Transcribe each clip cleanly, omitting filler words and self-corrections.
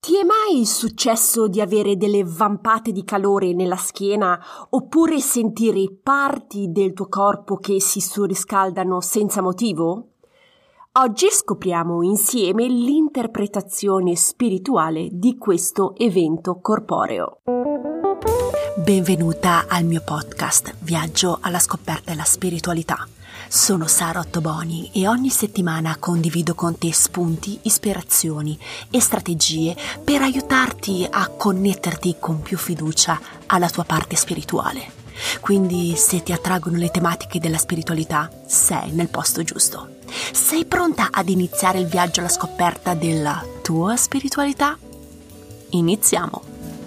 Ti è mai successo di avere delle vampate di calore nella schiena oppure sentire parti del tuo corpo che si surriscaldano senza motivo? Oggi scopriamo insieme l'interpretazione spirituale di questo evento corporeo. Benvenuta al mio podcast Viaggio alla scoperta della spiritualità. Sono Sara Ottoboni e ogni settimana condivido con te spunti, ispirazioni e strategie per aiutarti a connetterti con più fiducia alla tua parte spirituale. Quindi, se ti attraggono le tematiche della spiritualità, sei nel posto giusto. Sei pronta ad iniziare il viaggio alla scoperta della tua spiritualità? Iniziamo!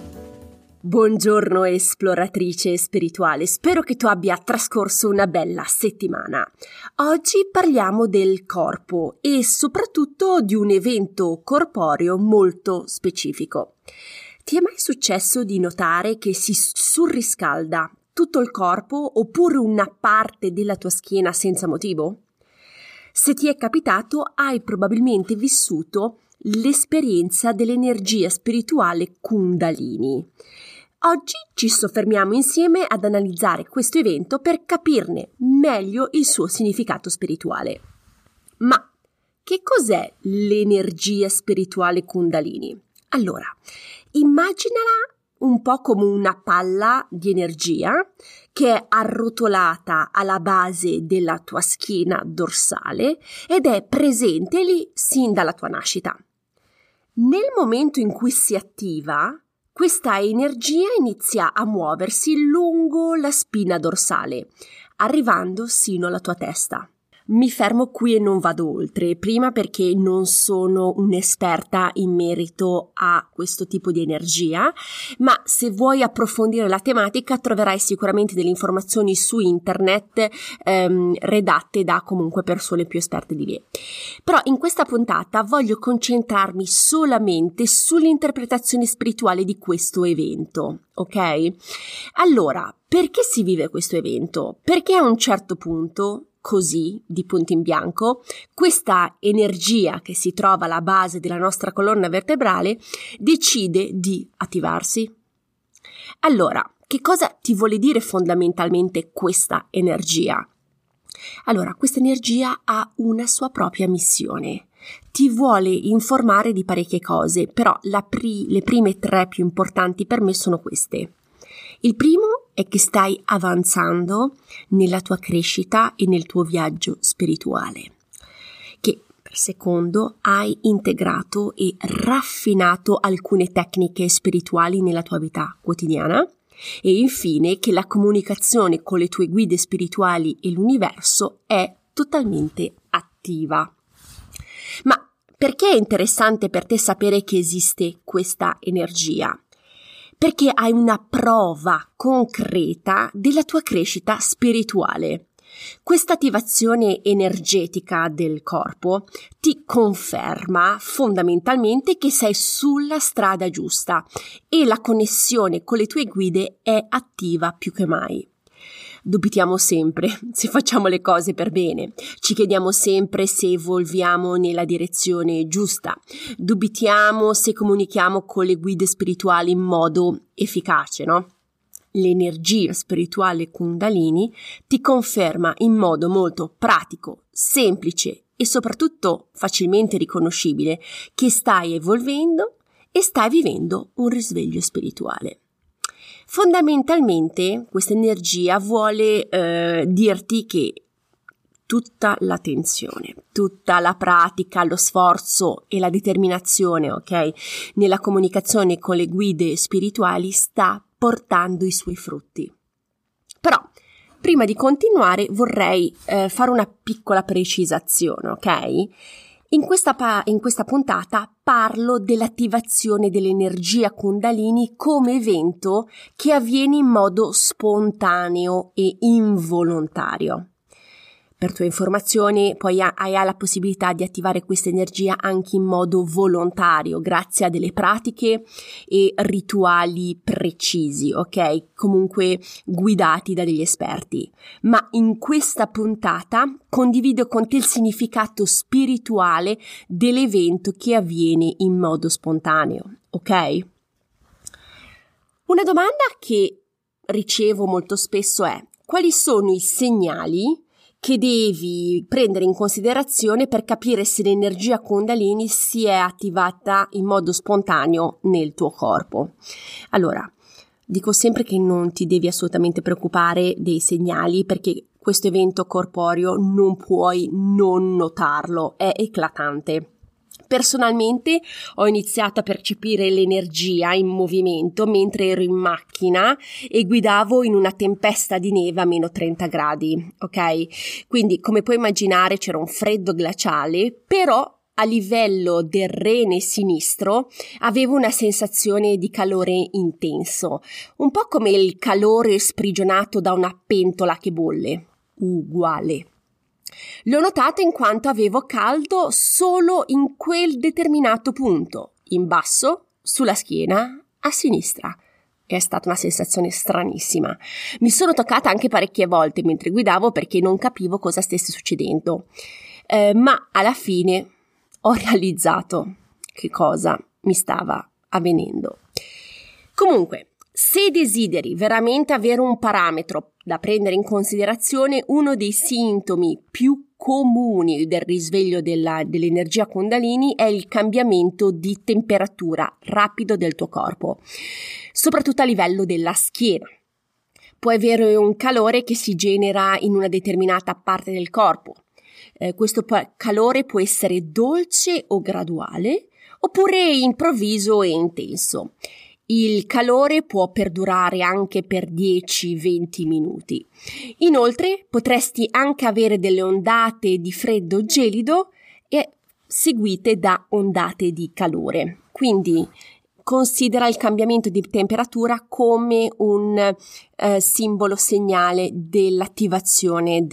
Buongiorno esploratrice spirituale, spero che tu abbia trascorso una bella settimana. Oggi parliamo del corpo e soprattutto di un evento corporeo molto specifico. Ti è mai successo di notare che si surriscalda tutto il corpo oppure una parte della tua schiena senza motivo? Se ti è capitato, hai probabilmente vissuto l'esperienza dell'energia spirituale Kundalini. Oggi ci soffermiamo insieme ad analizzare questo evento per capirne meglio il suo significato spirituale. Ma che cos'è l'energia spirituale Kundalini? Allora, immaginala un po' come una palla di energia che è arrotolata alla base della tua schiena dorsale ed è presente lì sin dalla tua nascita. Nel momento in cui si attiva, questa energia inizia a muoversi lungo la spina dorsale, arrivando sino alla tua testa. Mi fermo qui e non vado oltre, prima perché non sono un'esperta in merito a questo tipo di energia, ma se vuoi approfondire la tematica troverai sicuramente delle informazioni su internet redatte da comunque persone più esperte di me. Però in questa puntata voglio concentrarmi solamente sull'interpretazione spirituale di questo evento, ok? Allora, perché si vive questo evento? Perché a un certo punto, così, di punto in bianco, questa energia che si trova alla base della nostra colonna vertebrale decide di attivarsi. Allora, che cosa ti vuole dire fondamentalmente questa energia? Allora, questa energia ha una sua propria missione. Ti vuole informare di parecchie cose, però le prime tre più importanti per me sono queste. Il primo è che stai avanzando nella tua crescita e nel tuo viaggio spirituale, che per secondo hai integrato e raffinato alcune tecniche spirituali nella tua vita quotidiana e infine che la comunicazione con le tue guide spirituali e l'universo è totalmente attiva. Ma perché è interessante per te sapere che esiste questa energia? Perché hai una prova concreta della tua crescita spirituale. Questa attivazione energetica del corpo ti conferma fondamentalmente che sei sulla strada giusta e la connessione con le tue guide è attiva più che mai. Dubitiamo sempre se facciamo le cose per bene, ci chiediamo sempre se evolviamo nella direzione giusta, dubitiamo se comunichiamo con le guide spirituali in modo efficace, no? L'energia spirituale Kundalini ti conferma in modo molto pratico, semplice e soprattutto facilmente riconoscibile che stai evolvendo e stai vivendo un risveglio spirituale. Fondamentalmente questa energia vuole dirti che tutta l'attenzione, tutta la pratica, lo sforzo e la determinazione, ok, nella comunicazione con le guide spirituali sta portando i suoi frutti. Però prima di continuare vorrei fare una piccola precisazione, ok? In questa puntata parlo dell'attivazione dell'energia Kundalini come evento che avviene in modo spontaneo e involontario. Per tua informazione, poi hai la possibilità di attivare questa energia anche in modo volontario, grazie a delle pratiche e rituali precisi, ok? Comunque guidati da degli esperti. Ma in questa puntata condivido con te il significato spirituale dell'evento che avviene in modo spontaneo. ok? Una domanda che ricevo molto spesso è: quali sono i segnali che devi prendere in considerazione per capire se l'energia Kundalini si è attivata in modo spontaneo nel tuo corpo? Allora, dico sempre che non ti devi assolutamente preoccupare dei segnali, perché questo evento corporeo non puoi non notarlo, è eclatante. Personalmente ho iniziato a percepire l'energia in movimento mentre ero in macchina e guidavo in una tempesta di neve a meno 30 gradi, ok? Quindi, come puoi immaginare, c'era un freddo glaciale, però a livello del rene sinistro avevo una sensazione di calore intenso, un po' come il calore sprigionato da una pentola che bolle, uguale. L'ho notato in quanto avevo caldo solo in quel determinato punto, in basso, sulla schiena, a sinistra. È stata una sensazione stranissima. Mi sono toccata anche parecchie volte mentre guidavo perché non capivo cosa stesse succedendo, ma alla fine ho realizzato che cosa mi stava avvenendo. Comunque, se desideri veramente avere un parametro da prendere in considerazione, uno dei sintomi più comuni del risveglio dell'energia Kundalini è il cambiamento di temperatura rapido del tuo corpo, soprattutto a livello della schiena. Puoi avere un calore che si genera in una determinata parte del corpo. Questo calore può essere dolce o graduale, oppure improvviso e intenso. Il calore può perdurare anche per 10-20 minuti. Inoltre potresti anche avere delle ondate di freddo gelido e seguite da ondate di calore. Quindi considera il cambiamento di temperatura come un simbolo segnale dell'attivazione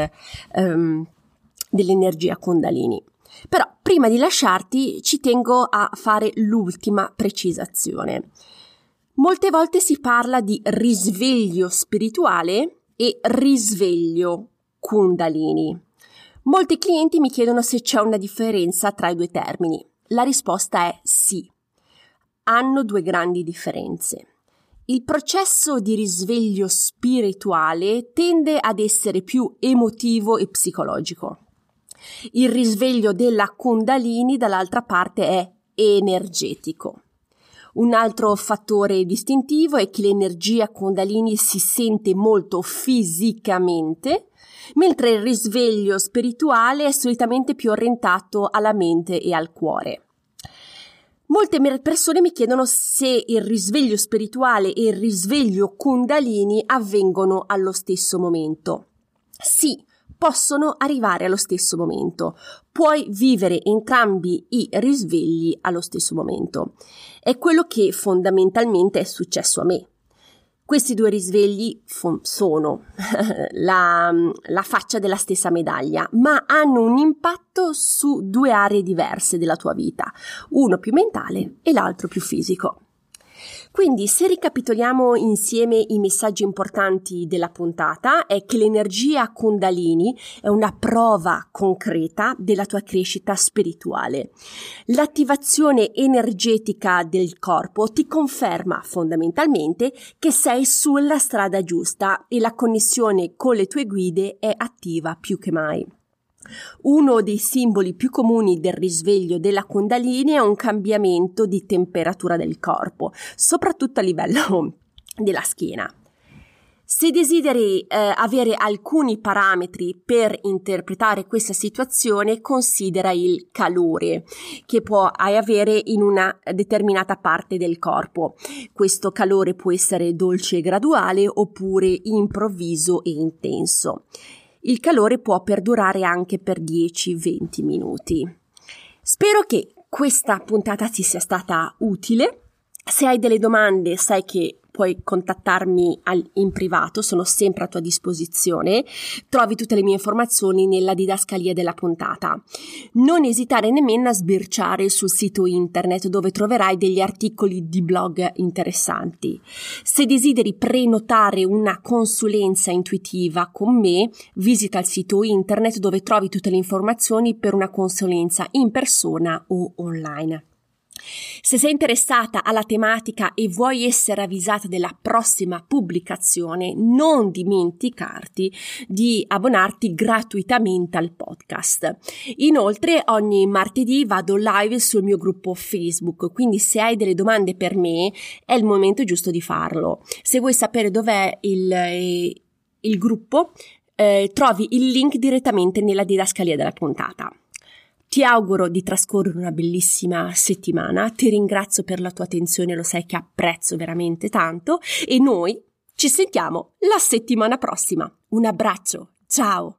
dell'energia Kundalini. Però prima di lasciarti ci tengo a fare l'ultima precisazione. Molte volte si parla di risveglio spirituale e risveglio Kundalini. Molti clienti mi chiedono se c'è una differenza tra i due termini. La risposta è sì. Hanno due grandi differenze. Il processo di risveglio spirituale tende ad essere più emotivo e psicologico. Il risveglio della Kundalini, dall'altra parte, è energetico. Un altro fattore distintivo è che l'energia Kundalini si sente molto fisicamente, mentre il risveglio spirituale è solitamente più orientato alla mente e al cuore. Molte persone mi chiedono se il risveglio spirituale e il risveglio Kundalini avvengono allo stesso momento. Sì, possono arrivare allo stesso momento. Puoi vivere entrambi i risvegli allo stesso momento. È quello che fondamentalmente è successo a me. Questi due risvegli sono la faccia della stessa medaglia, ma hanno un impatto su due aree diverse della tua vita, uno più mentale e l'altro più fisico. Quindi, se ricapitoliamo insieme i messaggi importanti della puntata, è che l'energia Kundalini è una prova concreta della tua crescita spirituale. L'attivazione energetica del corpo ti conferma fondamentalmente che sei sulla strada giusta e la connessione con le tue guide è attiva più che mai. Uno dei simboli più comuni del risveglio della Kundalini è un cambiamento di temperatura del corpo, soprattutto a livello della schiena. Se desideri avere alcuni parametri per interpretare questa situazione, considera il calore che puoi avere in una determinata parte del corpo. Questo calore può essere dolce e graduale oppure improvviso e intenso. Il calore può perdurare anche per 10-20 minuti. Spero che questa puntata ti sia stata utile. Se hai delle domande, sai che puoi contattarmi in privato, sono sempre a tua disposizione. Trovi tutte le mie informazioni nella didascalia della puntata. Non esitare nemmeno a sbirciare sul sito internet, dove troverai degli articoli di blog interessanti. Se desideri prenotare una consulenza intuitiva con me, visita il sito internet dove trovi tutte le informazioni per una consulenza in persona o online. Se sei interessata alla tematica e vuoi essere avvisata della prossima pubblicazione, non dimenticarti di abbonarti gratuitamente al podcast. Inoltre, ogni martedì vado live sul mio gruppo Facebook, quindi se hai delle domande per me è il momento giusto di farlo. Se vuoi sapere dov'è il gruppo, trovi il link direttamente nella didascalia della puntata. Ti auguro di trascorrere una bellissima settimana, ti ringrazio per la tua attenzione, lo sai che apprezzo veramente tanto e noi ci sentiamo la settimana prossima. Un abbraccio, ciao!